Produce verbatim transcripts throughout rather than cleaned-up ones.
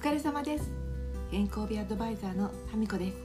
疲れ様です。健康美アドバイザーのタミコです。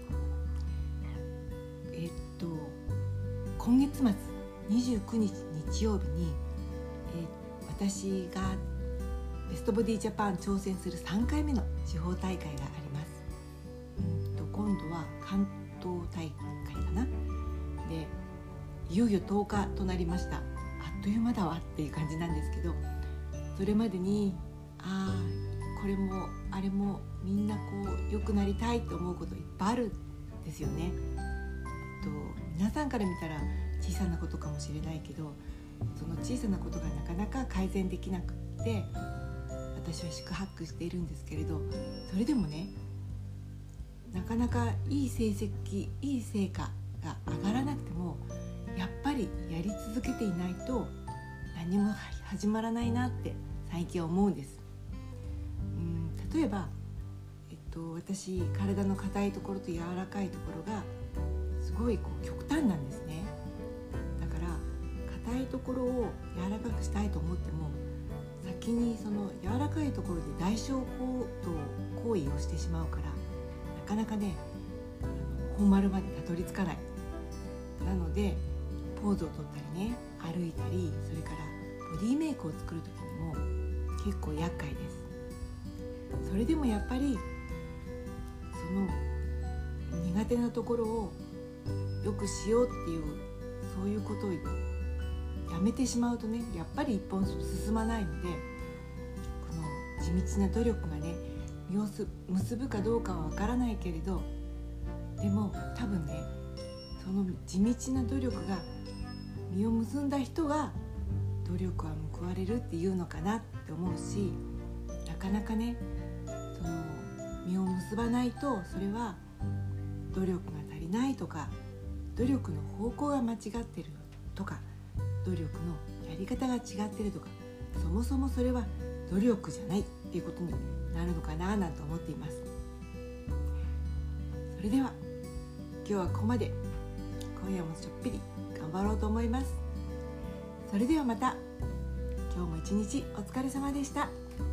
えっと今月末にじゅうくにち日曜日に、え私がベストボディジャパン挑戦するさんかいめの地方大会があります。うんと今度は関東大会かな。でいよいよとおかとなりました。あっという間だわっていう感じなんですけど、それまでにああこれもあれもみんなこう良くなりたいと思うこといっぱいあるんですよね。と皆さんから見たら小さなことかもしれないけど、その小さなことがなかなか改善できなくって私は四苦八苦しているんですけれど、それでもね、なかなかいい成績いい成果が上がらなくてもやっぱりやり続けていないと何も始まらないなって最近は思うんです。例えば、えっと、私体の硬いところと柔らかいところがすごいこう極端なんですね。だから硬いところを柔らかくしたいと思っても先にその柔らかいところで代償行動行為をしてしまうから、なかなかね本丸までたどり着かない。なのでポーズをとったりね、歩いたり、それからボディメイクを作る時にも結構厄介です。それでもやっぱりその苦手なところをよくしようっていうそういうことをやめてしまうとね、やっぱり一本進まないので、この地道な努力がね実を結ぶかどうかはわからないけれど、でも多分ねその地道な努力が実を結んだ人が努力は報われるっていうのかなって思うし、なかなかねその実を結ばないと、それは努力が足りないとか努力の方向が間違ってるとか努力のやり方が違ってるとか、そもそもそれは努力じゃないっていうことになるのかななんて思っています。それでは今日はここまで。今夜もちょっぴり頑張ろうと思います。それではまた。今日も一日お疲れ様でした。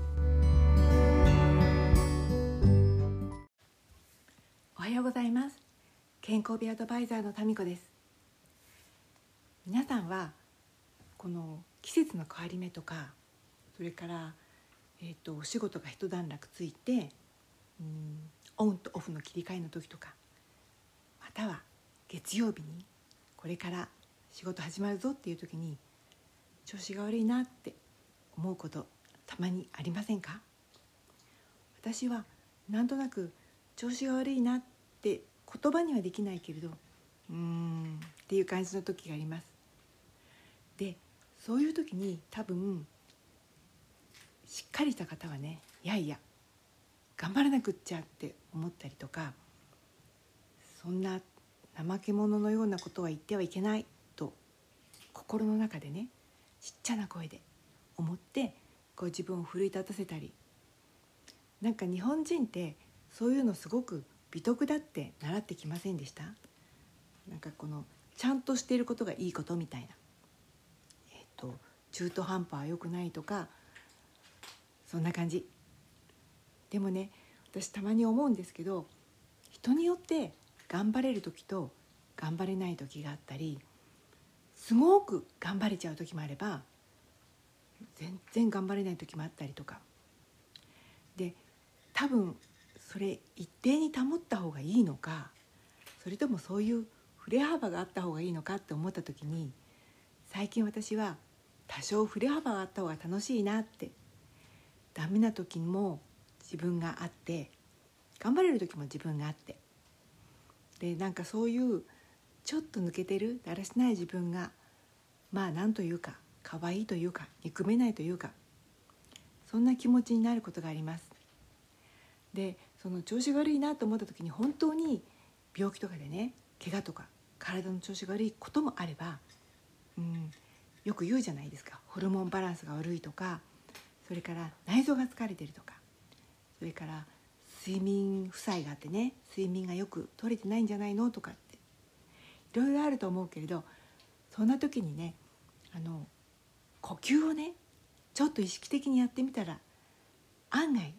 おはようございます。健康美アドバイザーのタミコです。皆さんはこの季節の変わり目とか、それから、えー、とお仕事が一段落ついて、うんオンとオフの切り替えの時とか、または月曜日にこれから仕事始まるぞっていう時に調子が悪いなって思うことたまにありませんか？私はなんとなく調子が悪いなって言葉にはできないけれど、うーんっていう感じの時があります。で、そういう時に多分しっかりした方はね、いやいや頑張らなくっちゃって思ったりとか、そんな怠け者のようなことは言ってはいけないと心の中でねちっちゃな声で思ってこう自分を奮い立たせたり、なんか日本人ってそういうのすごく美徳だって習ってきませんでした？なんかこのちゃんとしていることがいいことみたいな、えっと中途半端は良くないとか、そんな感じ。でもね、私たまに思うんですけど、人によって頑張れる時と頑張れない時があったり、すごく頑張れちゃう時もあれば全然頑張れない時もあったりとかで、多分それ一定に保った方がいいのか、それともそういう振れ幅があった方がいいのかって思った時に、最近私は多少振れ幅があった方が楽しいなって、ダメな時も自分があって頑張れる時も自分があって、でなんかそういうちょっと抜けてるだらしない自分がまあなんというか可愛いというか憎めないというか、そんな気持ちになることがあります。でその調子が悪いなと思った時に、本当に病気とかでね、怪我とか体の調子が悪いこともあれば、うん、よく言うじゃないですか、ホルモンバランスが悪いとか、それから内臓が疲れてるとか、それから睡眠負債があってね、睡眠がよく取れてないんじゃないのとかっていろいろあると思うけれど、そんな時にね、あの呼吸をねちょっと意識的にやってみたら案外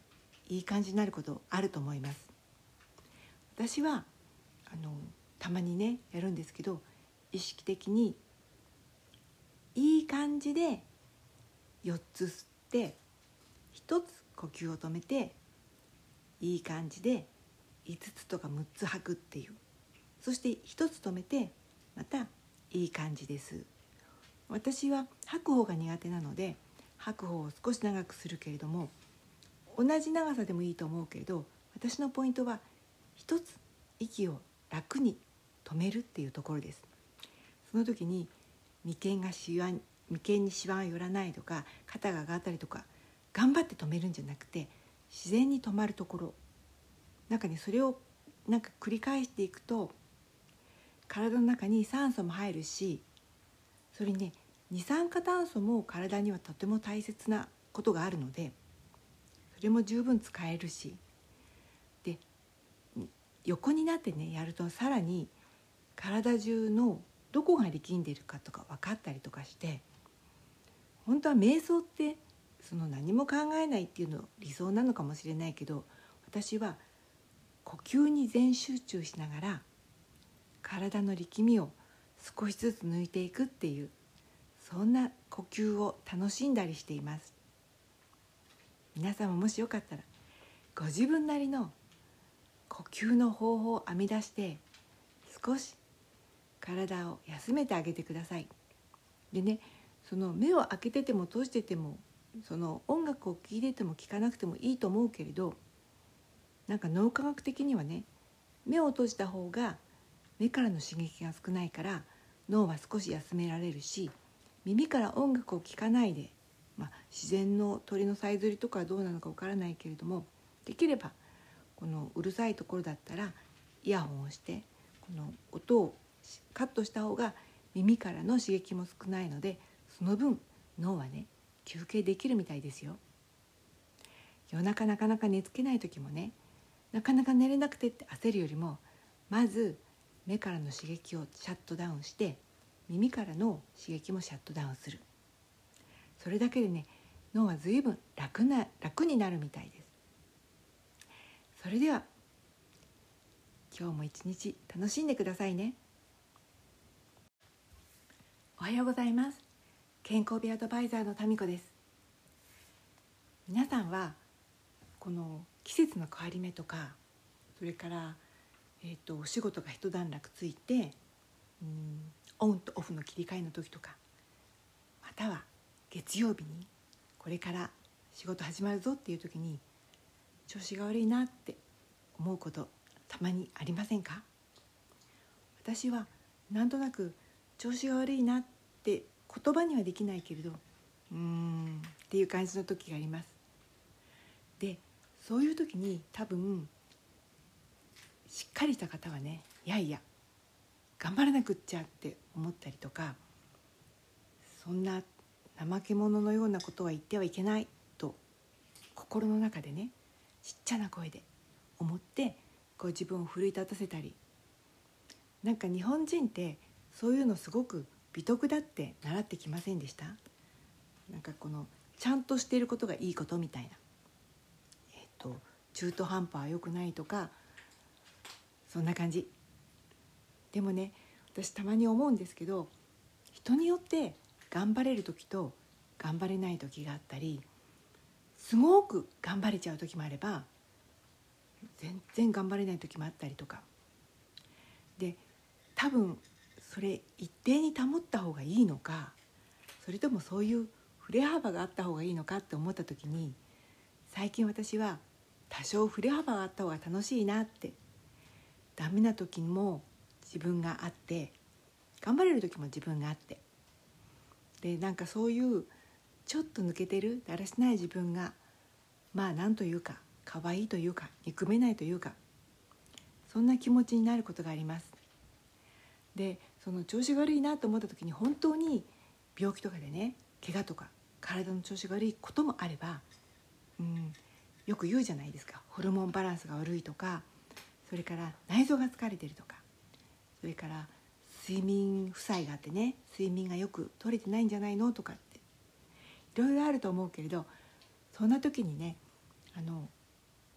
いい感じになることあると思います。私はあのたまにねやるんですけど、意識的にいい感じでよっつ吸ってひとつ呼吸を止めて、いい感じでいつつとかむっつ吐くっていう、そしてひとつ止めてまたいい感じです。私は吐く方が苦手なので吐く方を少し長くするけれども、同じ長さでもいいと思うけれど、私のポイントは一つ息を楽に止めるっていうところです。その時に眉間がしわ眉間にしわが寄らないとか、肩が上がったりとか頑張って止めるんじゃなくて、自然に止まるところ、なんかねそれをなんか繰り返していくと体の中に酸素も入るし、それにね二酸化炭素も体にはとても大切なことがあるので、それも十分使えるし、で横になってねやるとさらに体中のどこが力んでいるかとか分かったりとかして、本当は瞑想ってその何も考えないっていうの理想なのかもしれないけど、私は呼吸に全集中しながら体の力みを少しずつ抜いていくっていう、そんな呼吸を楽しんだりしています。皆さんももしよかったらご自分なりの呼吸の方法を編み出して少し体を休めてあげてください。でね、その目を開けてても閉じてても、その音楽を聴いてても聴かなくてもいいと思うけれど、なんか脳科学的にはね、目を閉じた方が目からの刺激が少ないから脳は少し休められるし、耳から音楽を聴かないで、まあ、自然の鳥のさえずりとかはどうなのかわからないけれども、できればこのうるさいところだったらイヤホンをしてこの音をカットした方が耳からの刺激も少ないので、その分脳はね休憩できるみたいですよ。夜中なかなか寝つけない時もね、なかなか寝れなくてって焦るよりも、まず目からの刺激をシャットダウンして耳からの刺激もシャットダウンする。それだけでね脳は随分楽な楽になるみたいです。それでは今日も一日楽しんでくださいね。おはようございます。健康美アドバイザーのタミコです。皆さんはこの季節の変わり目とか、それから、えー、とお仕事が一段落ついて、うん、オンとオフの切り替えの時とか、または月曜日にこれから仕事始まるぞっていう時に調子が悪いなって思うことたまにありませんか？私はなんとなく調子が悪いなって言葉にはできないけれど、うーんっていう感じの時があります。で、そういう時に多分しっかりした方はね、いやいや頑張らなくっちゃって思ったりとか、そんな怠け者のようなことは言ってはいけないと心の中でねちっちゃな声で思ってこう自分を奮い立たせたり、なんか日本人ってそういうのすごく美徳だって習ってきませんでした？なんかこのちゃんとしていることがいいことみたいな、えっと中途半端は良くないとか、そんな感じ。でもね、私たまに思うんですけど、人によって頑張れる時と頑張れない時があったり、すごく頑張れちゃう時もあれば全然頑張れない時もあったりとかで、多分それ一定に保った方がいいのか、それともそういう振れ幅があった方がいいのかって思った時に、最近私は多少振れ幅があった方が楽しいなって、ダメな時も自分があって、頑張れる時も自分があって、でなんかそういうちょっと抜けてるだらしない自分が、まあなんというか可愛いというか憎めないというか、そんな気持ちになることがあります。でその調子が悪いなと思った時に、本当に病気とかでね、怪我とか体の調子が悪いこともあれば、うん、よく言うじゃないですか、ホルモンバランスが悪いとか、それから内臓が疲れてるとか、それから睡眠負債があってね、睡眠がよく取れてないんじゃないのとかっていろいろあると思うけれど、そんな時にね、あの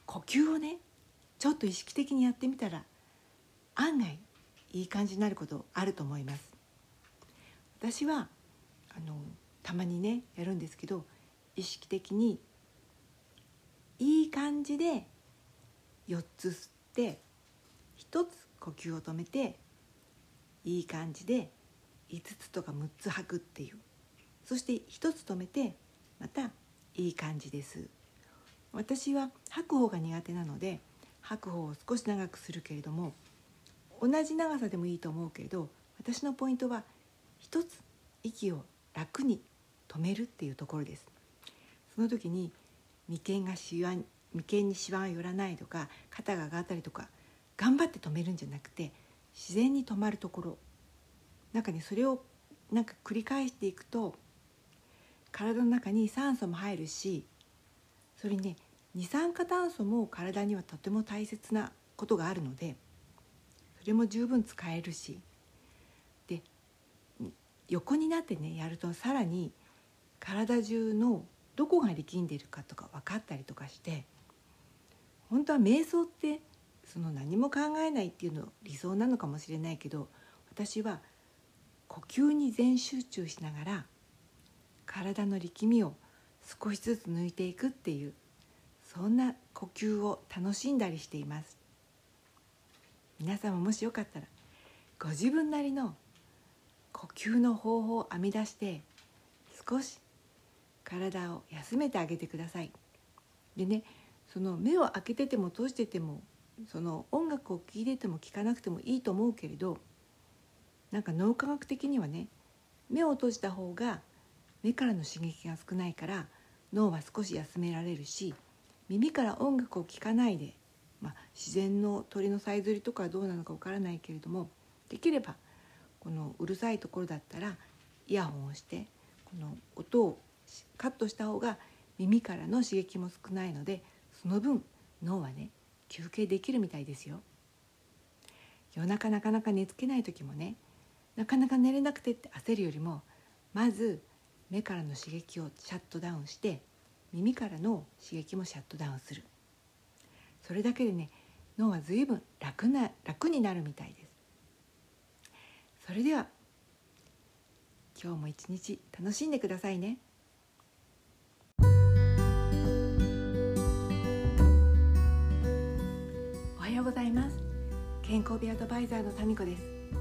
呼吸をねちょっと意識的にやってみたら案外いい感じになることあると思います。私はあのたまにねやるんですけど、意識的にいい感じでよっつ吸ってひとつ呼吸を止めて、いい感じでいつつとかむっつ吐くっていう、そしてひとつ止めてまたいい感じです。私は吐く方が苦手なので吐く方を少し長くするけれども、同じ長さでもいいと思うけれど、私のポイントは一つ息を楽に止めるっていうところです。その時に眉間がしわ眉間にしわが寄らないとか、肩が上がったりとか頑張って止めるんじゃなくて、自然に止まるところ、なんかねそれをなんか繰り返していくと体の中に酸素も入るし、それにね二酸化炭素も体にはとても大切なことがあるので、それも十分使えるし、で横になってねやるとさらに体中のどこが力んでいるかとか分かったりとかして、本当は瞑想ってその何も考えないっていうの理想なのかもしれないけど、私は呼吸に全集中しながら体の力みを少しずつ抜いていくっていう、そんな呼吸を楽しんだりしています。皆さんももしよかったらご自分なりの呼吸の方法を編み出して少し体を休めてあげてください。でね、その目を開けてても閉じてても、その音楽を聴いてても聴かなくてもいいと思うけれど、なんか脳科学的にはね、目を閉じた方が目からの刺激が少ないから脳は少し休められるし、耳から音楽を聴かないで、まあ、自然の鳥のさえずりとかはどうなのかわからないけれども、できればこのうるさいところだったらイヤホンをしてこの音をカットした方が耳からの刺激も少ないので、その分脳はね休憩できるみたいですよ。夜中なかなか寝つけない時もね、なかなか寝れなくてって焦るよりも、まず目からの刺激をシャットダウンして耳からの刺激もシャットダウンする。それだけでね脳は随分楽な楽になるみたいです。それでは今日も一日楽しんでくださいね。おはようございます。健康美アドバイザーのタミコです。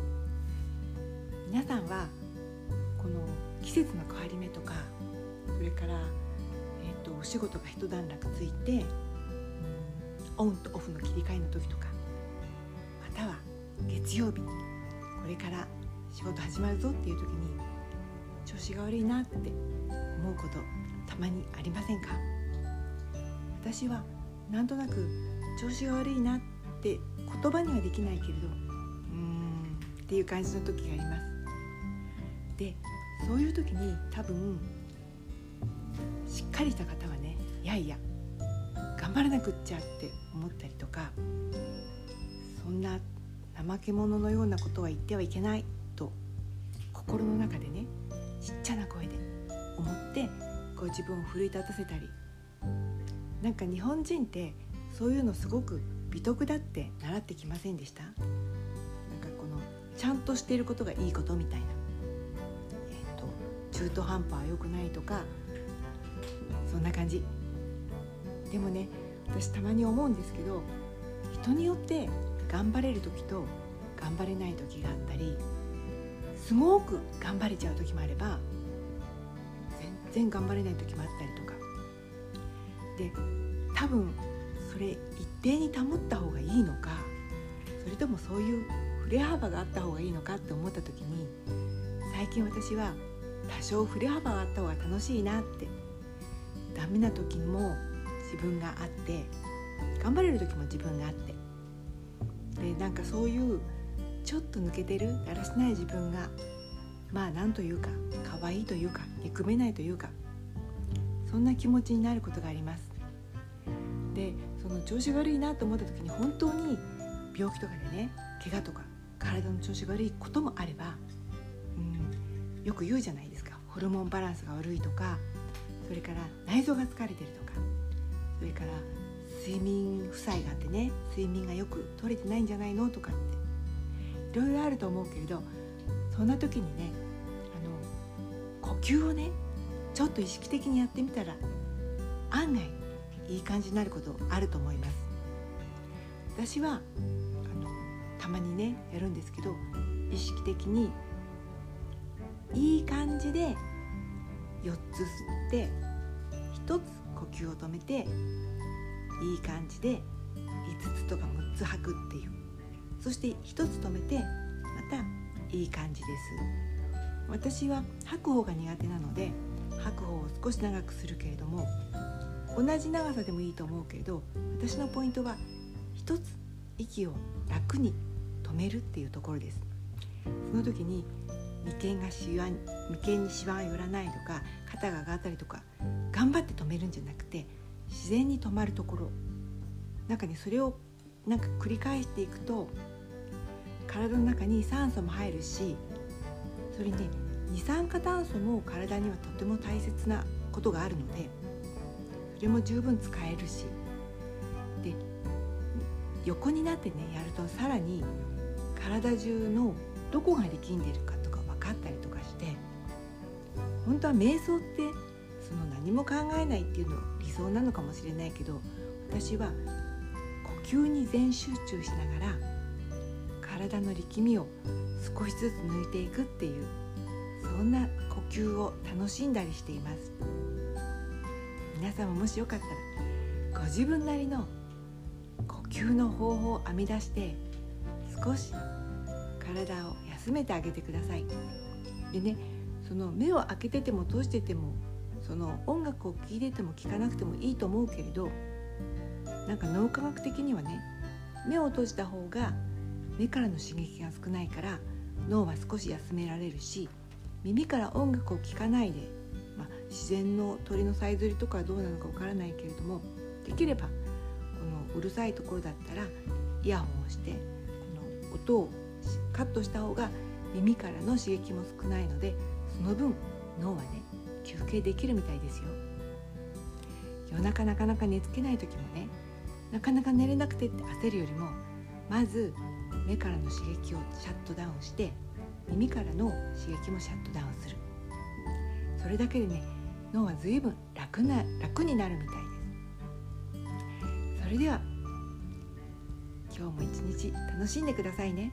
皆さんはこの季節の変わり目とか、それから、えー、とお仕事が一段落ついて、うん、オンとオフの切り替えの時とか、または月曜日これから仕事始まるぞっていう時に調子が悪いなって思うことたまにありませんか？私はなんとなく調子が悪いなって言葉にはできないけれど、うーんっていう感じの時があります。で、そういう時に多分しっかりした方はね、いやいや頑張らなくっちゃって思ったりとか、そんな怠け者のようなことは言ってはいけないと心の中でねちっちゃな声で思ってこう自分を奮い立たせたり、なんか日本人ってそういうのすごく美徳だって習ってきませんでした？なんかこのちゃんとしていることがいいことみたいな、えーと、中途半端は良くないとか、そんな感じ。でもね、私たまに思うんですけど、人によって頑張れる時と頑張れない時があったり、すごく頑張れちゃう時もあれば全然頑張れない時もあったりとかで、多分それ一定に保った方がいいのか、それともそういう振れ幅があった方がいいのかって思った時に、最近私は多少振れ幅があった方が楽しいなって、ダメな時も自分があって頑張れる時も自分があって、でなんかそういうちょっと抜けてるだらしない自分が、まあなんというか可愛いというか憎めないというか、そんな気持ちになることがあります。で、その調子が悪いなと思った時に本当に病気とかでね、怪我とか体の調子が悪いこともあれば、うん、よく言うじゃないですか、ホルモンバランスが悪いとか、それから内臓が疲れてるとか、それから睡眠負債があってね、睡眠がよく取れてないんじゃないのとかっていろいろあると思うけれど、そんな時にね、あの呼吸をねちょっと意識的にやってみたら案外いい感じになることあると思います。私はあのたまにねやるんですけど、意識的にいい感じでよっつ吸ってひとつ呼吸を止めて、いい感じでいつつとかむっつ吐くっていう、そしてひとつ止めてまたいい感じです。私は吐く方が苦手なので吐く方を少し長くするけれども、同じ長さでもいいと思うけれど、私のポイントは一つ息を楽に止めるっていうところです。その時に眉間がしわ眉間にしわが寄らないとか、肩が上がったりとか頑張って止めるんじゃなくて、自然に止まるところ、なんかねそれをなんか繰り返していくと体の中に酸素も入るし、それにね二酸化炭素も体にはとても大切なことがあるので、それも十分使えるし、で横になってねやるとさらに体中のどこが力んでいるかとか分かったりとかして、本当は瞑想ってその何も考えないっていうの理想なのかもしれないけど、私は呼吸に全集中しながら体の力みを少しずつ抜いていくっていう、そんな呼吸を楽しんだりしています。皆さんももしよかったらご自分なりの呼吸の方法を編み出して少し体を休めてあげてください。でね、その目を開けてても閉じてても、その音楽を聴いてても聴かなくてもいいと思うけれど、なんか脳科学的にはね、目を閉じた方が目からの刺激が少ないから脳は少し休められるし、耳から音楽を聴かないで、まあ、自然の鳥のさえずりとかはどうなのかわからないけれども、できればこのうるさいところだったらイヤホンをしてこの音をカットした方が耳からの刺激も少ないので、その分脳はね休憩できるみたいですよ。夜中なかなか寝つけない時もね、なかなか寝れなくてって焦るよりも、まず目からの刺激をシャットダウンして耳からの刺激もシャットダウンする。それだけでね脳は随分楽な楽になるみたいです。それでは今日も一日楽しんでくださいね。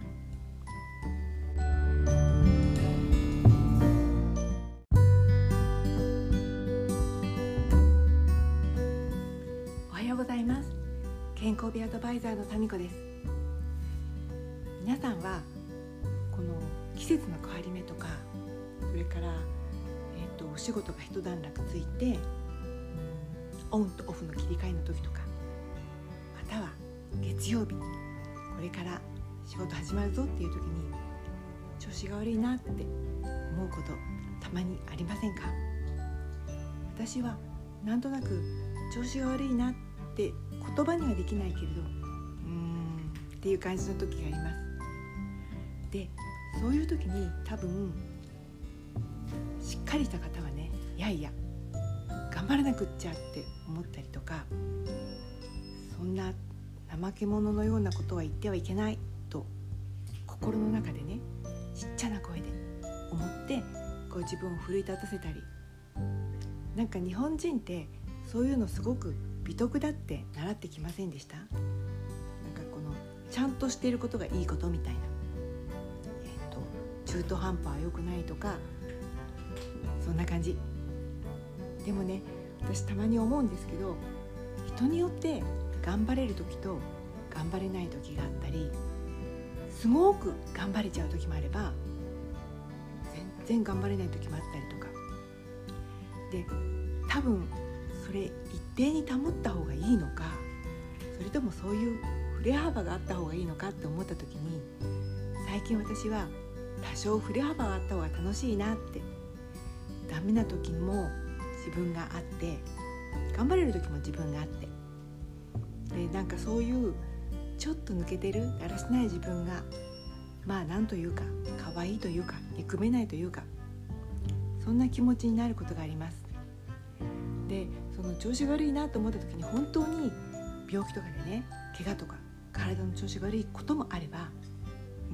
おはようございます。健康美アドバイザーのタミコです。皆さんはこの季節の変わり目とか、それから、えー、とお仕事が一段落ついて、うん、オンとオフの切り替えの時とか、または月曜日これから仕事始まるぞっていう時に調子が悪いなって思うことたまにありませんか？私はなんとなく調子が悪いなって言葉にはできないけれど、うーんっていう感じの時があります。で、そういう時に多分しっかりした方はね、いやいや頑張らなくっちゃって思ったりとか、そんな怠け者のようなことは言ってはいけないと心の中でねちっちゃな声で思ってこう自分を奮い立たせたり、なんか日本人ってそういうのすごく美徳だって習ってきませんでした？なんかこのちゃんとしていることがいいことみたいな、えーと、中途半端は良くないとか、そんな感じ。でもね、私たまに思うんですけど、人によって頑張れる時と頑張れない時があったり、すごく頑張れちゃう時もあれば全然頑張れない時もあったりとかで、多分それ一定に保った方がいいのか、それともそういう振れ幅があった方がいいのかって思った時に、最近私は多少振れ幅があった方が楽しいなって、ダメな時も自分があって、頑張れる時も自分があって、でなんかそういうちょっと抜けてるだらしない自分が、まあなんというか可愛いというか憎めないというか、そんな気持ちになることがあります。で、その調子が悪いなと思った時に本当に病気とかでね、怪我とか体の調子が悪いこともあれば、うん、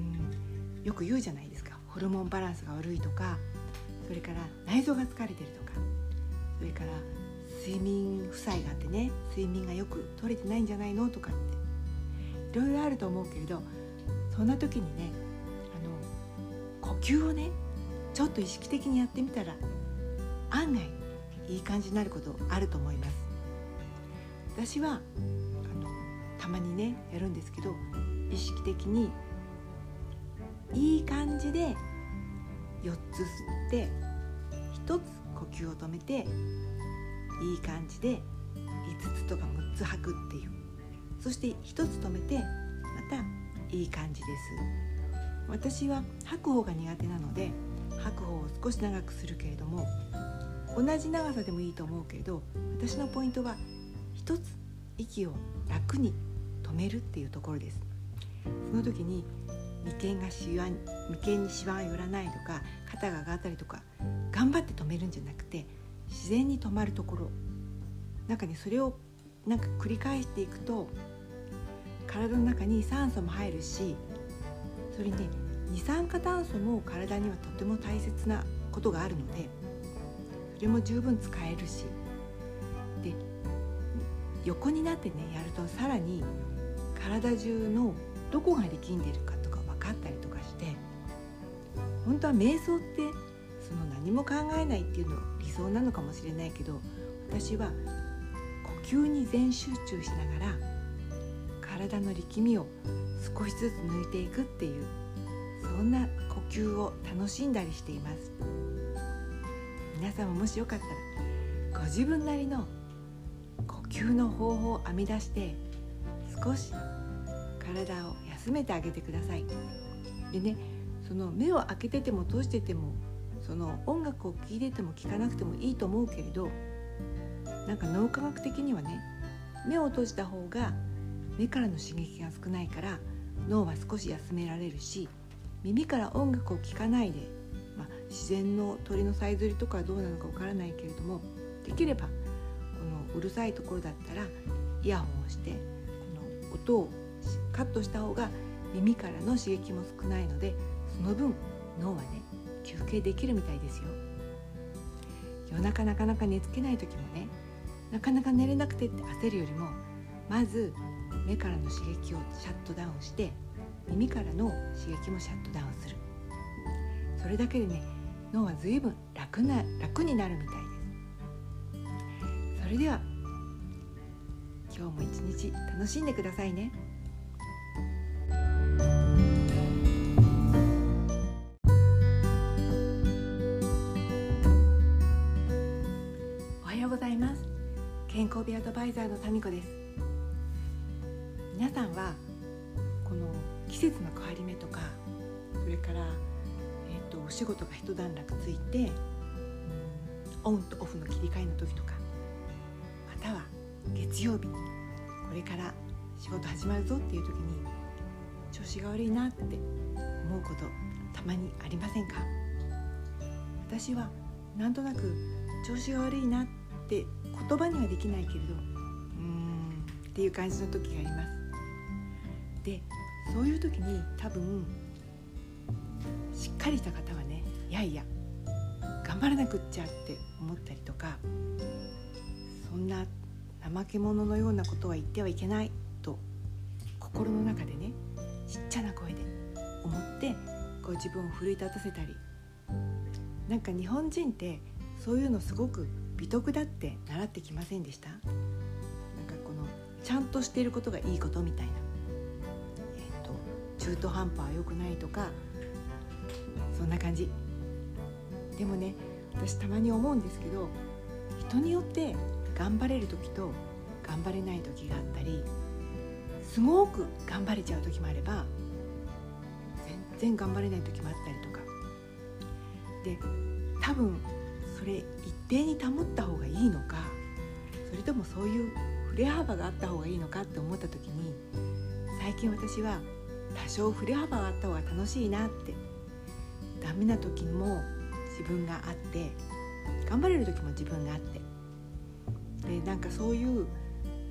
よく言うじゃないですか、ホルモンバランスが悪いとか、それから内臓が疲れてるとか、それから睡眠負債があってね、睡眠がよく取れてないんじゃないのとかっていろいろあると思うけれど、そんな時にね、あの呼吸をねちょっと意識的にやってみたら案外いい感じになることあると思います。私はあのたまにねやるんですけど、意識的にいい感じでよっつ吸ってひとつ呼吸を止めて、いい感じでいつつとかむっつ吐くっていう、そしてひとつ止めてまたいい感じです。私は吐く方が苦手なので吐く方を少し長くするけれども、同じ長さでもいいと思うけれど、私のポイントは一つ息を楽に止めるっていうところです。その時に眉間がしわ眉間にしわが寄らないとか、肩が上がったりとか頑張って止めるんじゃなくて、自然に止まるところ、なんかね、それをなんか繰り返していくと体の中に酸素も入るし、それにね、二酸化炭素も体にはとても大切なことがあるので、それも十分使えるし、で横になってねやるとさらに体中のどこが力んでるかとか分かったりとかして、本当は瞑想ってその何も考えないっていうの理想なのかもしれないけど、私は呼吸に全集中しながら体の力みを少しずつ抜いていくっていう、そんな呼吸を楽しんだりしています。皆さんももしよかったらご自分なりの呼吸の方法を編み出して少し体を休めてあげてください。でね、その目を開けてても閉じてても、その音楽を聴いてても聴かなくてもいいと思うけれど、なんか脳科学的にはね、目を閉じた方が目からの刺激が少ないから脳は少し休められるし、耳から音楽を聴かないで、まあ、自然の鳥のさえずりとかはどうなのかわからないけれども、できればこのうるさいところだったらイヤホンをしてこの音をカットした方が耳からの刺激も少ないので、その分脳はね休憩できるみたいですよ。夜中なかなか寝つけない時もね、なかなか寝れなくてって焦るよりも、まず目からの刺激をシャットダウンして耳からの刺激もシャットダウンする。それだけでね、脳は随分楽な楽になるみたいです。それでは今日も一日楽しんでくださいね。おはようございます。健康美アドバイザーのタミコです。皆さんはこの季節の変わり目とか、それから、えー、とお仕事が一段落ついて、うん、オンとオフの切り替えの時とか、または月曜日にこれから仕事始まるぞっていう時に調子が悪いなって思うことたまにありませんか？私はなんとなく調子が悪いなって言葉にはできないけれど、うーんっていう感じの時があります。で、そういう時に多分しっかりした方はね、いやいや頑張らなくっちゃって思ったりとか、そんな怠け者のようなことは言ってはいけないと心の中でね、ちっちゃな声で思ってこう自分を奮い立たせたり、なんか日本人ってそういうのすごく美徳だって習ってきませんでした？なんかこのちゃんとしていることがいいことみたいな、えーと、中途半端は良くないとか、そんな感じ。でもね、私たまに思うんですけど、人によって頑張れる時と頑張れない時があったり、すごく頑張れちゃう時もあれば全然頑張れない時もあったりとかで、多分それ一定に保った方がいいのか、それともそういう振れ幅があった方がいいのかって思った時に、最近私は多少振れ幅があった方が楽しいなって、ダメな時も自分があって、頑張れる時も自分があって、でなんかそういう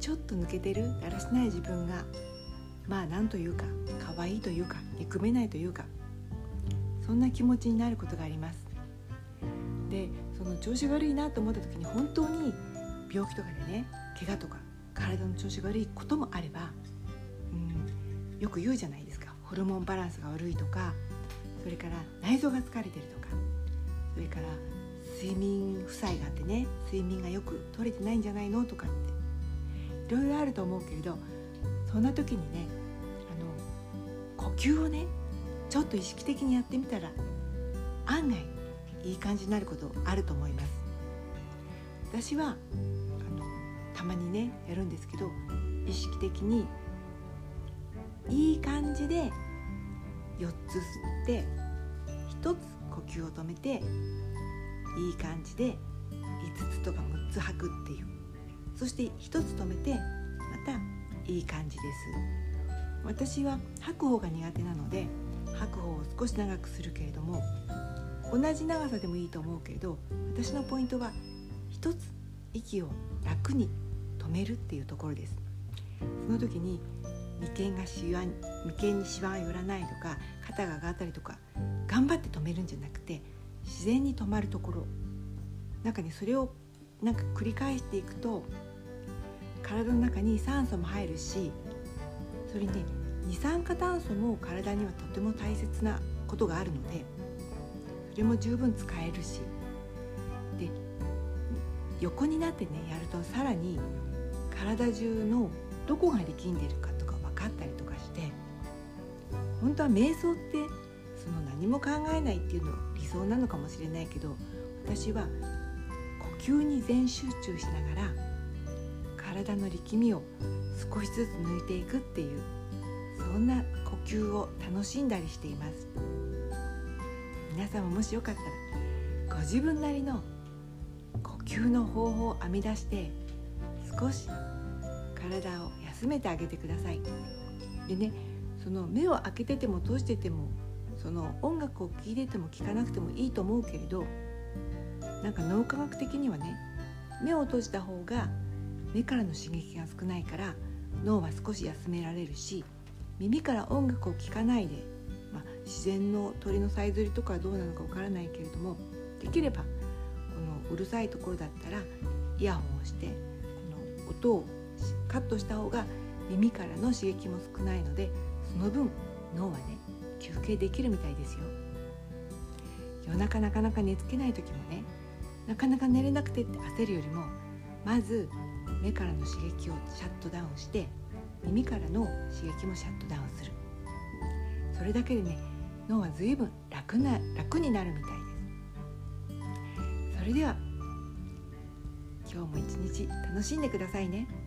ちょっと抜けてるだらしない自分がまあなんというか可愛いというか憎めないというか、そんな気持ちになることがあります。でその調子が悪いなと思った時に本当に病気とかでね、怪我とか体の調子が悪いこともあれば、うん、よく言うじゃないですか、ホルモンバランスが悪いとか、それから内臓が疲れてるとか、それから睡眠負債があってね、睡眠がよく取れてないんじゃないのとかっていろいろあると思うけれど、そんな時にね、あの呼吸をねちょっと意識的にやってみたら案外いい感じになることあると思います。私はあのたまにねやるんですけど、意識的にいい感じでよっつ吸ってひとつ呼吸を止めて、いい感じでいつつとかむっつ吐くっていう、そしてひとつ止めてまたいい感じです。私は吐く方が苦手なので吐く方を少し長くするけれども、同じ長さでもいいと思うけれど、私のポイントは一つ息を楽に止めるっていうところです。その時に眉間がしわ眉間にしわが寄らないとか、肩が上がったりとか頑張って止めるんじゃなくて、自然に止まるところ、なんかねそれをなんか繰り返していくと体の中に酸素も入るし、それにね二酸化炭素も体にはとても大切なことがあるので、それも十分使えるし、で横になってねやるとさらに体中のどこが力んでいるかとか分かったりとかして、本当は瞑想ってその何も考えないっていうの理想なのかもしれないけど、私は呼吸に全集中しながら体の力みを少しずつ抜いていくっていう、そんな呼吸を楽しんだりしています。皆さんももしよかったらご自分なりの呼吸の方法を編み出して少し体を休めてあげてください。でね、その目を開けてても閉じてても、その音楽を聴いてても聴かなくてもいいと思うけれど、なんか脳科学的にはね、目を閉じた方が目からの刺激が少ないから脳は少し休められるし、耳から音楽を聴かないで、まあ、自然の鳥のさえずりとかはどうなのかわからないけれども、できればこのうるさいところだったらイヤホンをしてこの音をカットした方が耳からの刺激も少ないので、その分脳はね休憩できるみたいですよ。夜中なかなか寝つけない時もね、なかなか寝れなくてって焦るよりも、まず目からの刺激をシャットダウンして耳からの刺激もシャットダウンする。それだけでね脳は随分楽な楽になるみたいです。それでは今日も一日楽しんでくださいね。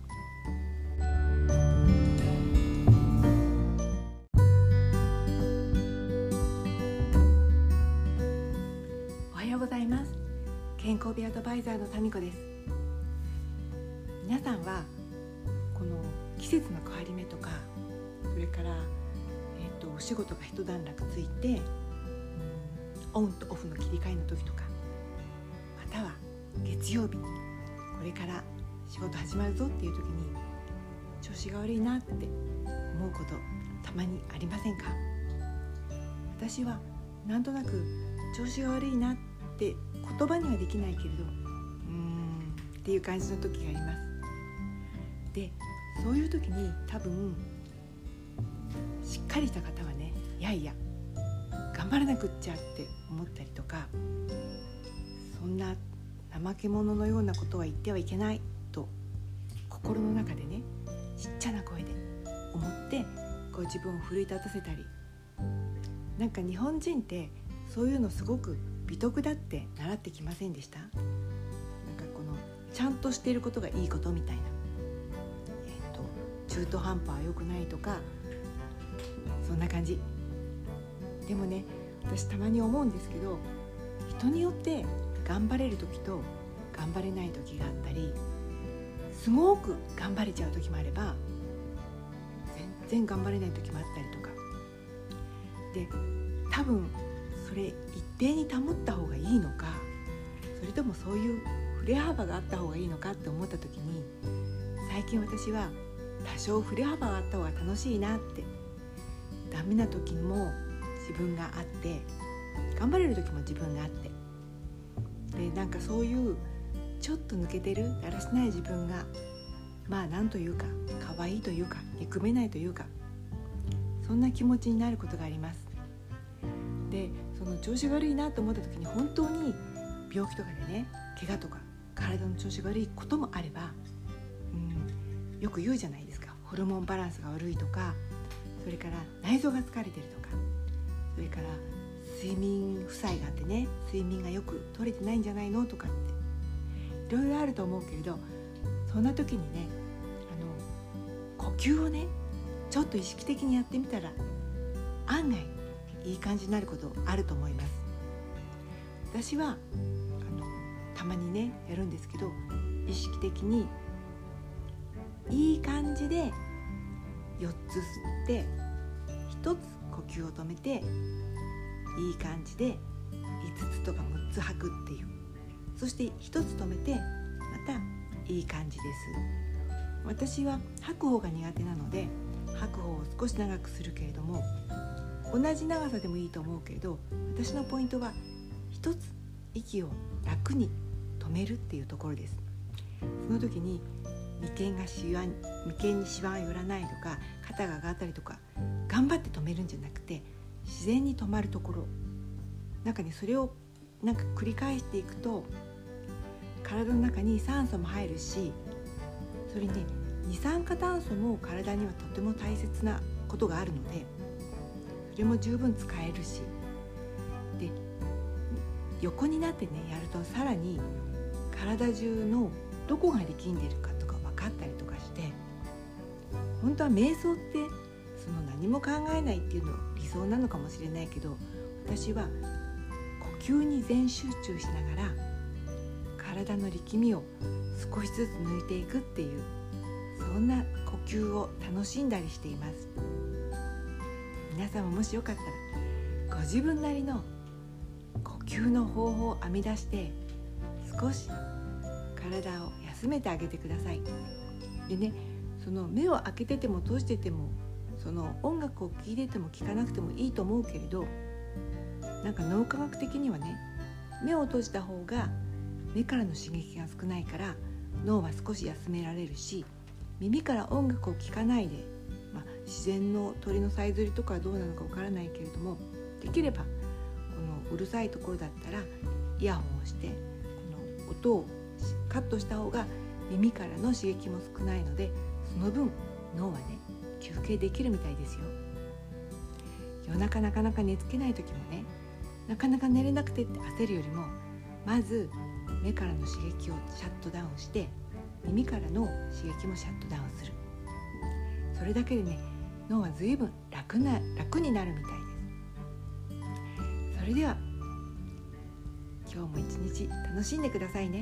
おはようございます。健康美アドバイザーのタミコです。皆さんはこの季節の変わり目とか、それから、えー、とお仕事が一段落ついて、うん、オンとオフの切り替えの時とか、または月曜日これから仕事始まるぞっていう時に調子が悪いなって思うことたまにありませんか？私はなんとなく調子が悪いなって言葉にはできないけれど、うーんっていう感じの時があります。で、そういう時に多分しっかりした方はね、いやいや頑張らなくっちゃって思ったりとか、そんな怠け者のようなことは言ってはいけないと心の中でねちっちゃな声で思ってこう自分を奮い立たせたり、なんか日本人ってそういうのすごく美徳だって習ってきませんでした？なんかこのちゃんとしていることがいいことみたいな、えーと、中途半端は良くないとか、そんな感じ。でもね、私たまに思うんですけど、人によって頑張れる時と頑張れない時があったり、すごく頑張れちゃう時もあれば全然頑張れない時もあったりとかで、多分それ一定に保った方がいいのか、それともそういう振れ幅があった方がいいのかって思った時に、 最近私は多少振れ幅があった方が楽しいなって、ダメな時も自分があって頑張れる時も自分があって、でなんかそういうちょっと抜けてるだらしない自分がまあなんというか可愛いというか憎めないというか、そんな気持ちになることがあります。でその調子が悪いなと思った時に本当に病気とかでね、怪我とか体の調子が悪いこともあれば、うん、よく言うじゃないですか、ホルモンバランスが悪いとか、それから内臓が疲れてるとか、それから睡眠負債があってね、睡眠がよく取れてないんじゃないのとかっていろいろあると思うけれど、そんな時にね、あの呼吸をねちょっと意識的にやってみたら案外いい感じになることあると思います。私はあのたまにねやるんですけど、意識的にいい感じでよっつ吸ってひとつ呼吸を止めて、いい感じでいつつとかむっつ吐くっていう、そしてひとつ止めてまたいい感じです。私は吐く方が苦手なので吐く方を少し長くするけれども、同じ長さでもいいと思うけれど、私のポイントは一つ息を楽に止めるっていうところです。その時に眉間がしわ眉間にしわが寄らないとか、肩が上がったりとか頑張って止めるんじゃなくて、自然に止まるところ、なんかねそれをなんか繰り返していくと体の中に酸素も入るし、それにね二酸化炭素も体にはとても大切なことがあるので、それも十分使えるし、で横になってねやるとさらに体中のどこが力んでいるかとか分かったりとかして、本当は瞑想ってその何も考えないっていうの理想なのかもしれないけど、私は呼吸に全集中しながら体の力みを少しずつ抜いていくっていう、そんな呼吸を楽しんだりしています。皆さんももしよかったらご自分なりの呼吸の方法を編み出して少し体を休めてあげてください。でね、その目を開けてても閉じてても、その音楽を聴いてても聴かなくてもいいと思うけれど、なんか脳科学的にはね、目を閉じた方が目からの刺激が少ないから脳は少し休められるし、耳から音楽を聴かないで、まあ、自然の鳥のさえずりとかはどうなのかわからないけれども、できればこのうるさいところだったらイヤホンをしてこの音をカットした方が耳からの刺激も少ないので、その分脳はね休憩できるみたいですよ。夜中なかなか寝つけない時もね、なかなか寝れなくてって焦るよりも、まず目からの刺激をシャットダウンして耳からの刺激もシャットダウンする。それだけでね脳は随分楽な楽になるみたいです。それでは今日も一日楽しんでくださいね。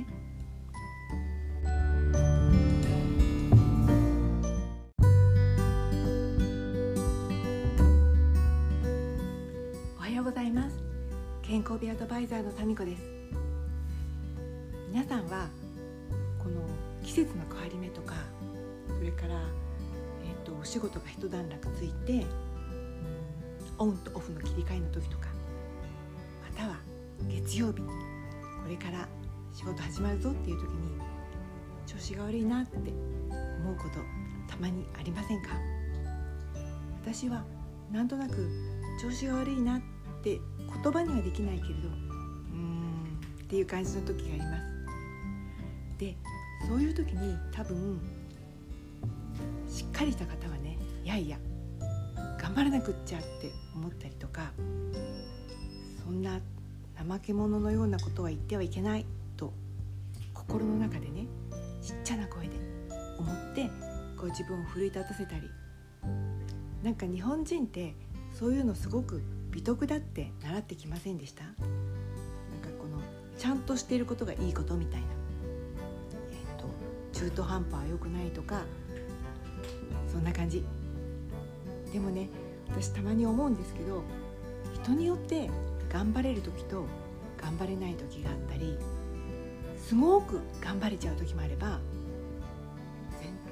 おはようございます。健康美アドバイザーのタミコです。皆さんはこの季節の変わり目とか、それから、えー、とお仕事が一段落ついて、うん、オンとオフの切り替えの時とか、または月曜日これから仕事始まるぞっていう時に調子が悪いなって思うことたまにありませんか？私はなんとなく調子が悪いなって言葉にはできないけれど、うーんっていう感じの時があります。で、そういう時に多分しっかりした方はね、いやいや頑張らなくっちゃって思ったりとか、そんな怠け者のようなことは言ってはいけないと心の中でねちっちゃな声で思ってこう自分を奮い立たせたり、なんか日本人ってそういうのすごく美徳だって習ってきませんでした？なんかこのちゃんとしていることがいいことみたいな、えーと、中途半端は良くないとか、そんな感じ。でもね、私たまに思うんですけど、人によって頑張れる時と頑張れない時があったり、すごく頑張れちゃう時もあれば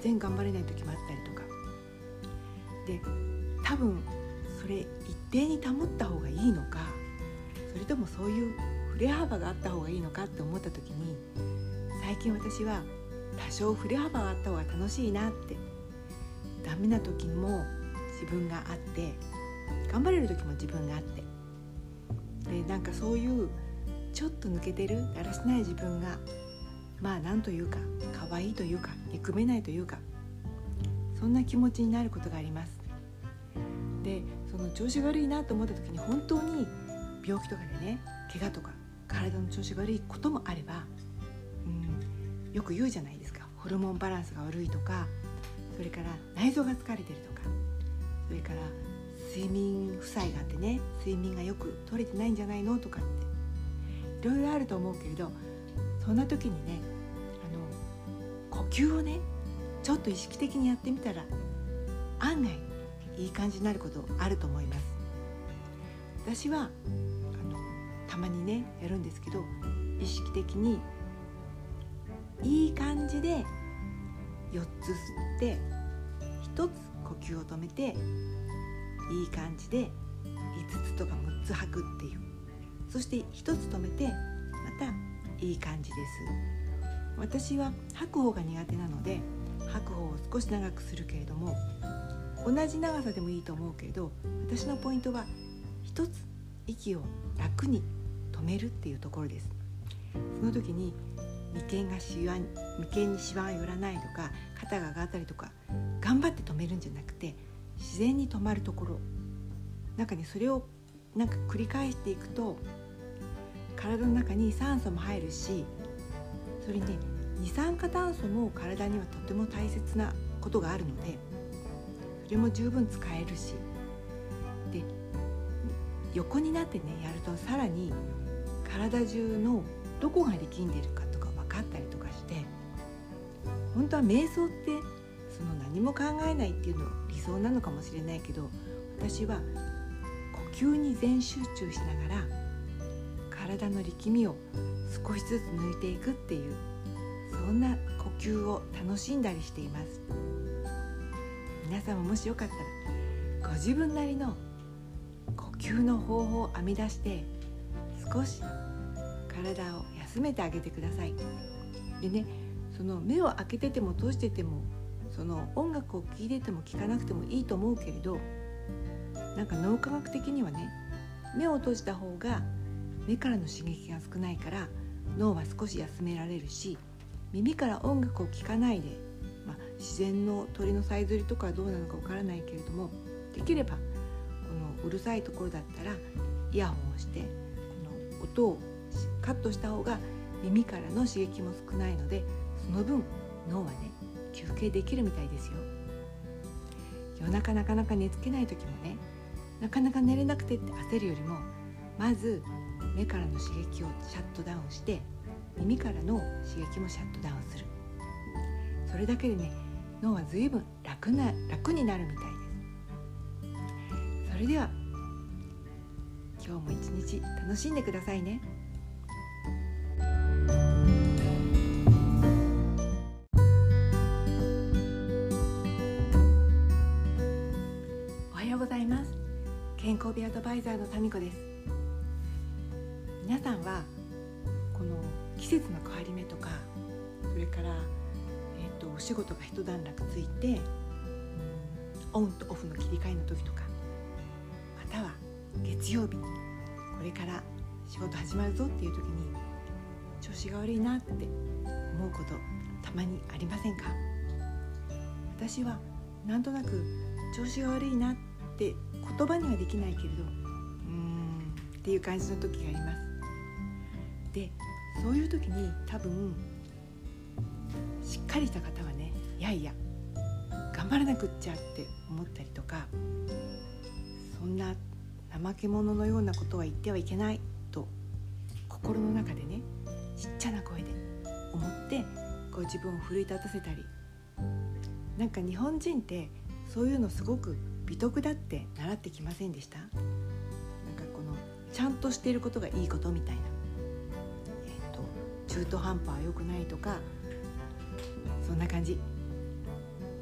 然頑張れない時もあったりとかで、多分それ一定に保った方がいいのか、それともそういう振れ幅があった方がいいのかって思った時に、最近私は多少振れ幅があった方が楽しいなって、ダメな時も自分があって、頑張れる時も自分があって、でなんかそういうちょっと抜けてるだらしない自分が、まあなんというか可愛いというか憎めないというか、そんな気持ちになることがあります。でその調子が悪いなと思った時に、本当に病気とかでね、怪我とか体の調子が悪いこともあれば、うん、よく言うじゃないですか、ホルモンバランスが悪いとか、それから内臓が疲れてるとか、それから睡眠負債があってね、睡眠がよく取れてないんじゃないのとかっていろいろあると思うけれど、そんな時にね、あの呼吸をねちょっと意識的にやってみたら、案外いい感じになることあると思います。私はあのたまにねやるんですけど、意識的にいい感じでよっつ吸ってひとつ呼吸を止めて、いい感じでいつつとかむっつ吐くっていう、そしてひとつ止めてまたいい感じです。私は吐く方が苦手なので、吐く方を少し長くするけれども、同じ長さでもいいと思うけれど、私のポイントは一つ息を楽に止めるっていうところです。その時に眉間がしわ眉間にしわが寄らないとか、肩が上がったりとか、頑張って止めるんじゃなくて、自然に止まるところ、なんかね、それをなんか繰り返していくと、体の中に酸素も入るし、それにね、二酸化炭素も体にはとても大切なことがあるので、それも十分使えるし、で横になってねやると、さらに体中のどこが力んでるかとか分かったりとかして、本当は瞑想ってその何も考えないっていうの理想なのかもしれないけど、私は呼吸に全集中しながら体の力みを少しずつ抜いていくっていう、そんな呼吸を楽しんだりしています。皆さんももしよかったらご自分なりの呼吸の方法を編み出して、少し体を休めてあげてください。でね、その目を開けてても閉じてても、その音楽を聴いてても聴かなくてもいいと思うけれど、なんか脳科学的にはね、目を閉じた方が目からの刺激が少ないから脳は少し休められるし、耳から音楽を聴かないで、まあ、自然の鳥のさえずりとかはどうなのかわからないけれども、できればこのうるさいところだったらイヤホンをして、この音をカットした方が耳からの刺激も少ないので、その分脳はね休憩できるみたいですよ。夜中なかなか寝つけない時もね、なかなか寝れなくてって焦るよりも、まず目からの刺激をシャットダウンして、耳からの刺激もシャットダウンする。それだけでね、脳は随分楽な楽になるみたいです。それでは今日も一日楽しんでくださいね。おはようございます。健康美アドバイザーのタミコです。皆さんはこの季節の変わり目とか、それから、えー、とお仕事が一段落ついて、うん、オンとオフの切り替えの時とか、または月曜日これから仕事始まるぞっていう時に調子が悪いなって思うことたまにありませんか？私はなんとなく調子が悪いなって言葉にはできないけれど、うーんっていう感じの時があります。で、そういう時に多分しっかりした方はね、いやいや頑張らなくっちゃって思ったりとか、そんな怠け者のようなことは言ってはいけないと心の中でね、ちっちゃな声で思ってこう自分を奮い立たせたり、なんか日本人ってそういうのすごく美徳だって習ってきませんでした？なんかこのちゃんとしていることがいいことみたいな、えーと、中途半端は良くないとか、そんな感じ。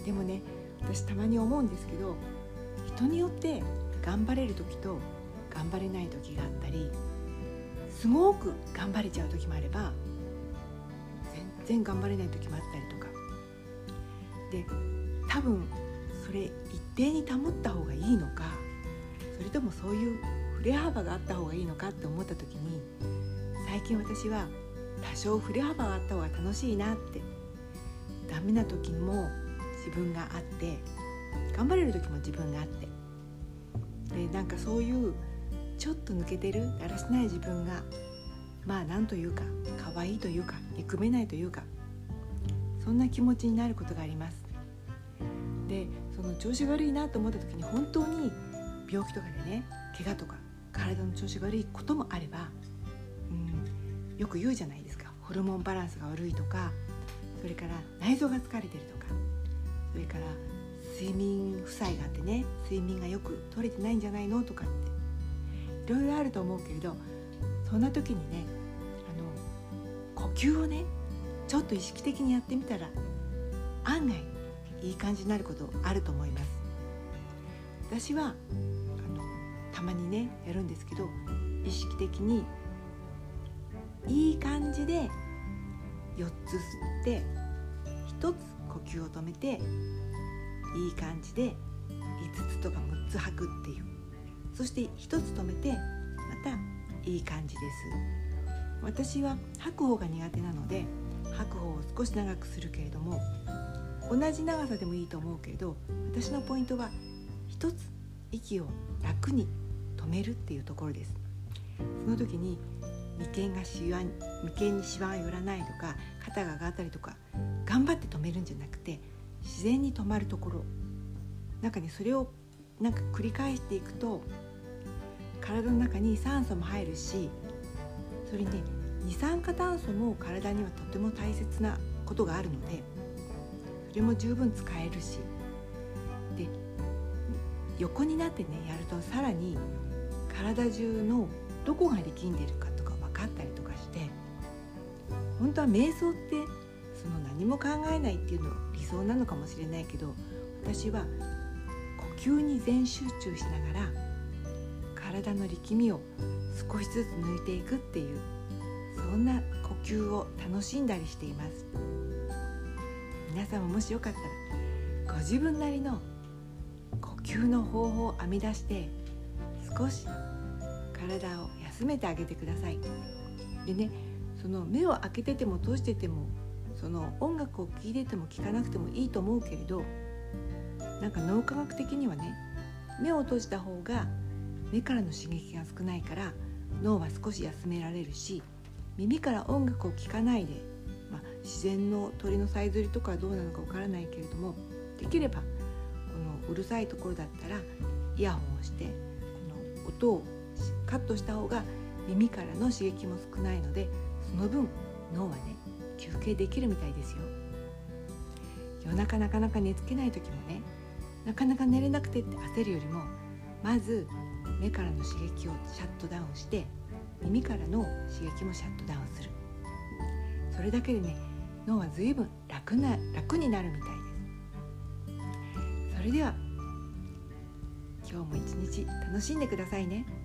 でもね、私たまに思うんですけど、人によって頑張れる時と頑張れない時があったり、すごく頑張れちゃう時もあれば全然頑張れない時もあったりとかで、多分それ一定に保った方がいいのか、それともそういう振れ幅があった方がいいのかって思った時に、最近私は多少振れ幅があった方が楽しいなって、ダメな時も自分があって、頑張れる時も自分があって、でなんかそういうちょっと抜けてるだらしない自分が、まあなんというか可愛いというか憎めないというか、そんな気持ちになることがあります。でその調子が悪いなと思った時に、本当に病気とかでね、怪我とか体の調子が悪いこともあれば、うん、よく言うじゃないですか、ホルモンバランスが悪いとか、それから内臓が疲れてるとか、それから睡眠負債があってね、睡眠がよく取れてないんじゃないのとかっていろいろあると思うけれど、そんな時にね、あの呼吸をねちょっと意識的にやってみたら、案外いい感じになることあると思います。私はあのたまにねやるんですけど、意識的にいい感じでよっつ吸ってひとつ呼吸を止めて、いい感じでいつつとかむっつ吐くっていう、そしてひとつ止めてまたいい感じです。私は吐く方が苦手なので吐く方を少し長くするけれども、同じ長さでもいいと思うけれど、私のポイントは一つ息を楽に止めるっていうところです。その時に眉間がしわ眉間にしわが寄らないとか、肩が上がったりとか頑張って止めるんじゃなくて、自然に止まるところ、なんかね、それをなんか繰り返していくと、体の中に酸素も入るし、それにね、二酸化炭素も体にはとても大切なことがあるので、それも十分使えるし、で横になってねやると、さらに体中のどこが力んでいるかとか分かったりとかして、本当は瞑想ってその何も考えないっていうの理想なのかもしれないけど、私は呼吸に全集中しながら体の力みを少しずつ抜いていくっていう、そんな呼吸を楽しんだりしています。皆さんももしよかったらご自分なりの呼吸の方法を編み出して、少し体を休めてあげてください。でね、その目を開けてても閉じてても、その音楽を聴いてても聴かなくてもいいと思うけれど、なんか脳科学的にはね、目を閉じた方が目からの刺激が少ないから脳は少し休められるし、耳から音楽を聴かないで、まあ、自然の鳥のさえずりとかはどうなのかわからないけれども、できればこのうるさいところだったらイヤホンをしてこの音をカットした方が耳からの刺激も少ないので、その分脳はね休憩できるみたいですよ。夜中なかなか寝つけない時もね、なかなか寝れなくてって焦るよりも、まず目からの刺激をシャットダウンして、耳からの刺激もシャットダウンする。それだけでね、脳は随分楽な楽になるみたいです。それでは今日も一日楽しんでくださいね。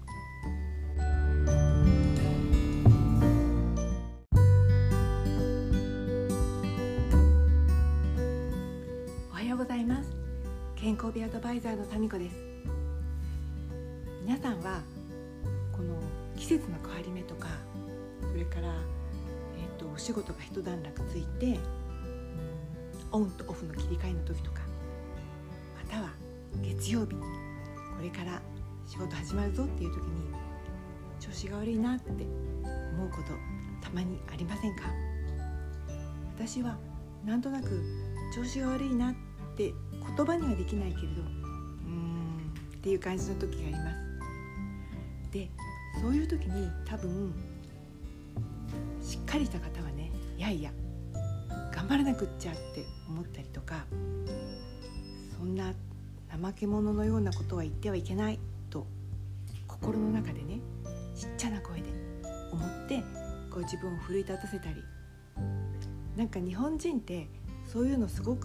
おはようございます。健康美アドバイザーのタミコです。皆さんはこの季節の変わり目とか、それから、えー、とお仕事が一段落ついて、うん、オンとオフの切り替えの時とか、または月曜日これから仕事始まるぞっていう時に調子が悪いなって思うことたまにありませんか？私はなんとなく調子が悪いなって言葉にはできないけれど、うーんっていう感じの時があります。で、そういう時に多分しっかりした方はね、いやいや頑張らなくっちゃって思ったりとか、そんな怠け者のようなことは言ってはいけないと心の中でね、ちっちゃな声で思ってこう自分を奮い立たせたり、なんか日本人ってそういうのすごく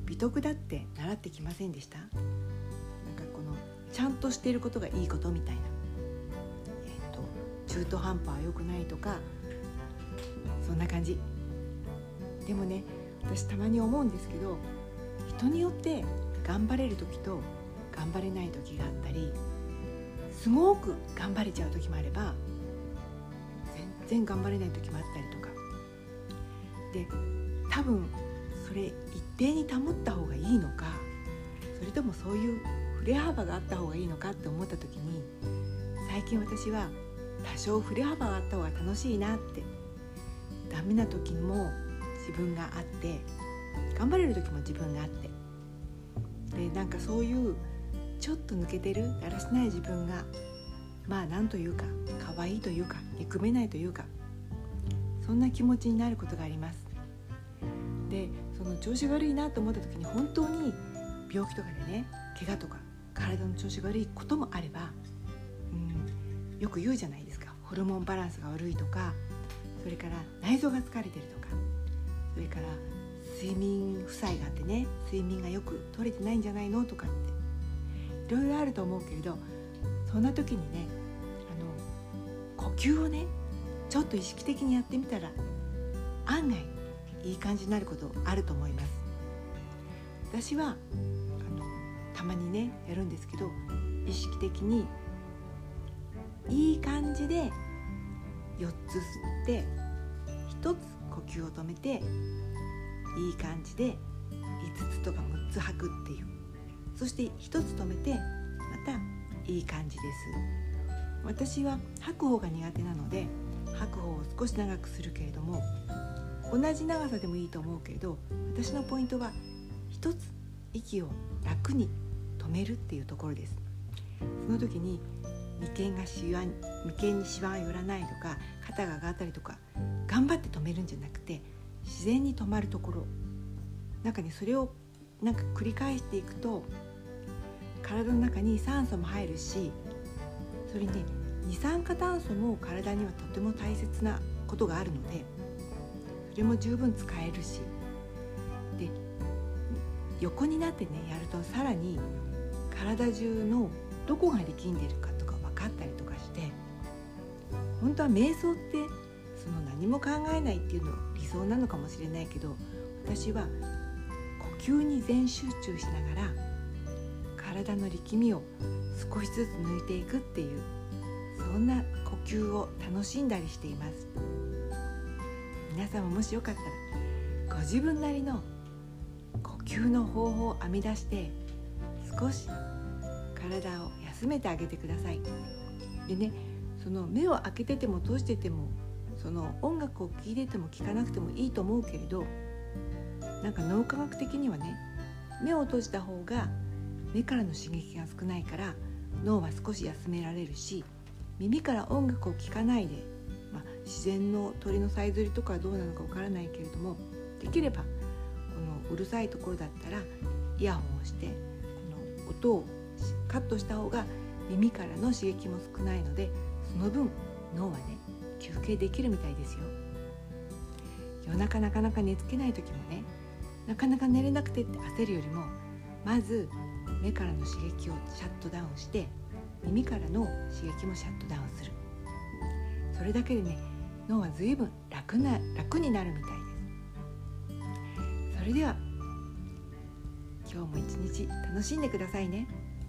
美徳だって習ってきませんでした？なんかこのちゃんとしていることがいいことみたいな、えーと、中途半端は良くないとか、そんな感じ。でもね、私たまに思うんですけど、人によって頑張れる時と頑張れない時があったり、すごく頑張れちゃう時もあれば全然頑張れない時もあったりとかで、多分それ一定に保った方がいいのか、それともそういう振れ幅があった方がいいのかって思った時に、最近私は多少振れ幅があった方が楽しいなって。ダメな時も自分があって、頑張れる時も自分があって、でなんかそういうちょっと抜けてるだらしない自分が、まあなんというか可愛いというか憎めないというか、そんな気持ちになることがあります。でその調子が悪いなと思った時に、本当に病気とかでね、怪我とか体の調子が悪いこともあれば、うん、よく言うじゃないですか、ホルモンバランスが悪いとか、それから内臓が疲れてるとか、それから睡眠負債があってね、睡眠がよく取れてないんじゃないのとかっていろいろあると思うけれど、そんな時にね、あの呼吸をねちょっと意識的にやってみたら、案外いい感じになることあると思います。私はあのたまにねやるんですけど、意識的にいい感じでよっつ吸ってひとつ呼吸を止めて、いい感じでいつつとかむっつ吐くっていう、そしてひとつ止めてまたいい感じです。私は吐く方が苦手なので吐く方を少し長くするけれども、同じ長さでもいいと思うけれど、私のポイントは一つ息を楽に止めるっていうところです。その時に眉間がしわ眉間にしわが寄らないとか、肩が上がったりとか頑張って止めるんじゃなくて、自然に止まるところ、なんかね、それをなんか繰り返していくと体の中に酸素も入るし、それにね、二酸化炭素も体にはとても大切なことがあるので、それも十分使えるし、で横になってねやると、さらに体中のどこが力んでいるかとか分かったりとかして、本当は瞑想ってその何も考えないっていうの理想なのかもしれないけど、私は呼吸に全集中しながら体の力みを少しずつ抜いていくっていう、そんな呼吸を楽しんだりしています。皆さんももしよかったらご自分なりの呼吸の方法を編み出して、少し体を休めてあげてください。でね、その目を開けてても閉じてても、その音楽を聴いてても聴かなくてもいいと思うけれど、なんか脳科学的にはね、目を閉じた方が目からの刺激が少ないから脳は少し休められるし、耳から音楽を聴かないで、まあ、自然の鳥のさえずりとかはどうなのかわからないけれども、できればこのうるさいところだったらイヤホンをして、この音をカットした方が耳からの刺激も少ないので、その分脳はね休憩できるみたいですよ。夜中なかなか寝つけない時もね、なかなか寝れなくてって焦るよりも、まず目からの刺激をシャットダウンして、耳からの刺激もシャットダウンする。それだけでね、脳は随分楽な楽になるみたいです。それでは今日も一日楽しんでくださいね。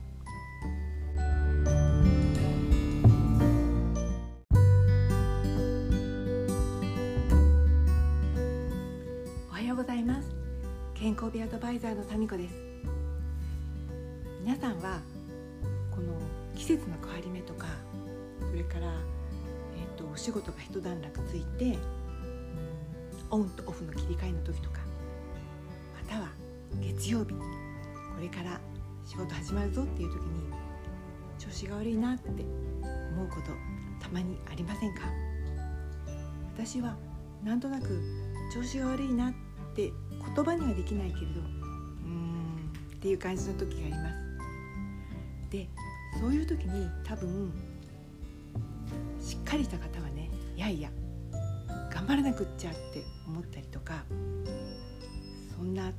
おはようございます。健康美アドバイザーのタミコです。皆さんはこの季節の変わり目とか、それから、えー、とお仕事が一段落ついて、うん、オンとオフの切り替えの時とか、または月曜日にこれから仕事始まるぞっていう時に調子が悪いなって思うことたまにありませんか？私はなんとなく調子が悪いなって言葉にはできないけれど、うーんっていう感じの時があります。で、そういう時に多分しっかりした方はね、いやいや頑張らなくっちゃって思ったりとか、そんな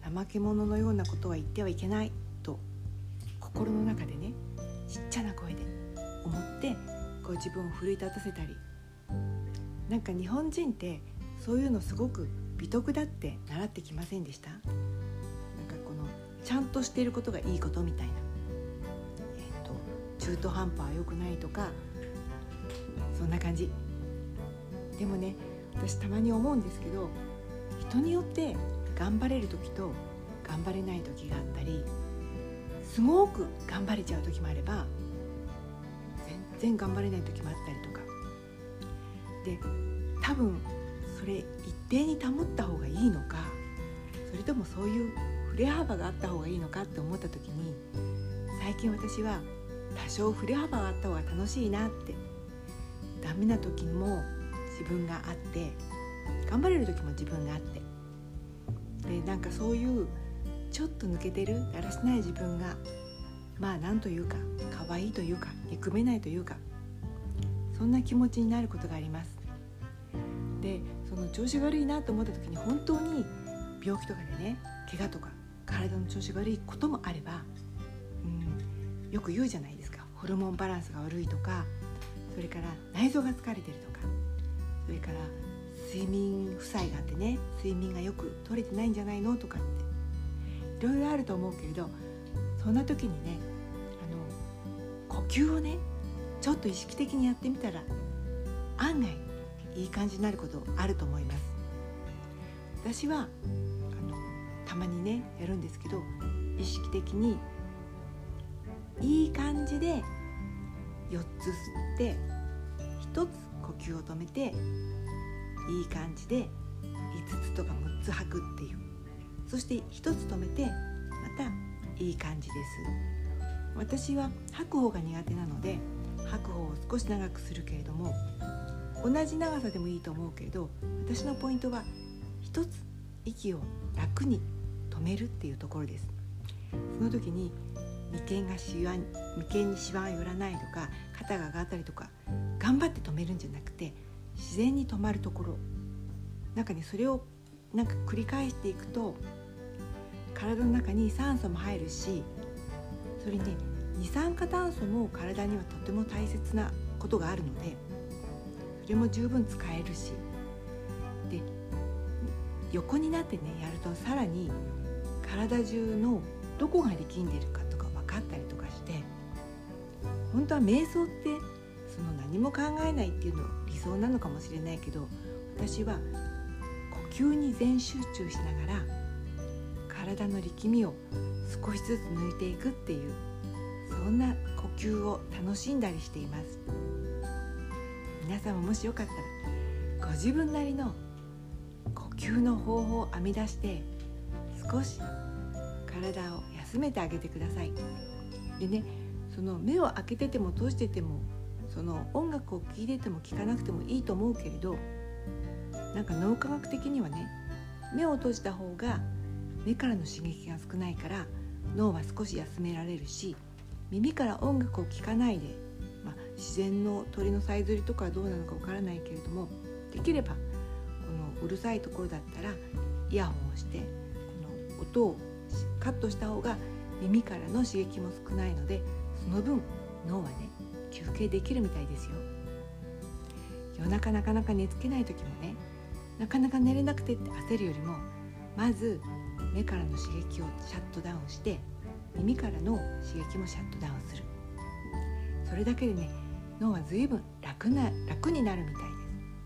怠け者のようなことは言ってはいけないと心の中でね、ちっちゃな声で思ってこう自分を奮い立たせたり、なんか日本人ってそういうのすごく美徳だって習ってきませんでした？なんかこのちゃんとしていることがいいことみたいな、えーと、中途半端は良くないとか、そんな感じ。でもね、私たまに思うんですけど、人によって頑張れる時と頑張れない時があったり、すごく頑張れちゃう時もあれば全然頑張れない時もあったりとかで、多分それ一定に保った方がいいのか、それともそういう振れ幅があった方がいいのかって思った時に、最近私は多少振れ幅があった方が楽しいなって、ダメな時も自分があって、頑張れる時も自分があって、でなんかそういうちょっと抜けてるだらしない自分が、まあなんというか可愛いというか憎めないというか、そんな気持ちになることがあります。でその調子が悪いなと思った時に、本当に病気とかでね、怪我とか体の調子が悪いこともあれば、うん、よく言うじゃないですか、ホルモンバランスが悪いとか、それから内臓が疲れてるとか、それから睡眠負債があってね、睡眠がよく取れてないんじゃないのとかっていろいろあると思うけれど、そんな時にね、あの呼吸をねちょっと意識的にやってみたら、案外いい感じになることあると思います。私はあのたまにねやるんですけど、意識的にいい感じでよっつ吸ってひとつ呼吸を止めて、いい感じでいつつとかむっつ吐くっていう、そしてひとつ止めてまたいい感じです。私は吐く方が苦手なので吐く方を少し長くするけれども、同じ長さでもいいと思うけれど、私のポイントは一つ息を楽に止めるっていうところです。その時に眉間がしわ眉間にしわが寄らないとか、肩が上がったりとか頑張って止めるんじゃなくて、自然に止まるところ、なんかね、それをなんか繰り返していくと体の中に酸素も入るし、それにね、二酸化炭素も体にはとても大切なことがあるので、それも十分使えるし、で横になってねやるとさらに体中のどこが力んでるかとか分かったりとかして、本当は瞑想ってその何も考えないっていうの理想なのかもしれないけど、私は呼吸に全集中しながら体の力みを少しずつ抜いていくっていう、そんな呼吸を楽しんだりしています。皆さんももしよかったらご自分なりの呼吸の方法を編み出して、少し体を休めてあげてください。でね、その目を開けてても閉じてても、その音楽を聴いてても聴かなくてもいいと思うけれど、なんか脳科学的にはね、目を閉じた方が目からの刺激が少ないから脳は少し休められるし、耳から音楽を聴かないで、まあ、自然の鳥のさえずりとかはどうなのかわからないけれども、できればこのうるさいところだったらイヤホンをして、この音をカットした方が耳からの刺激も少ないので、その分脳はね休憩できるみたいですよ。夜中なかなか寝つけない時もね、なかなか寝れなくてって焦るよりも、まず目からの刺激をシャットダウンして、耳からの刺激もシャットダウンする。それだけでね、脳は随分楽な楽になるみたい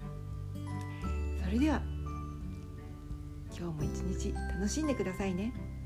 です。それでは今日も一日楽しんでくださいね。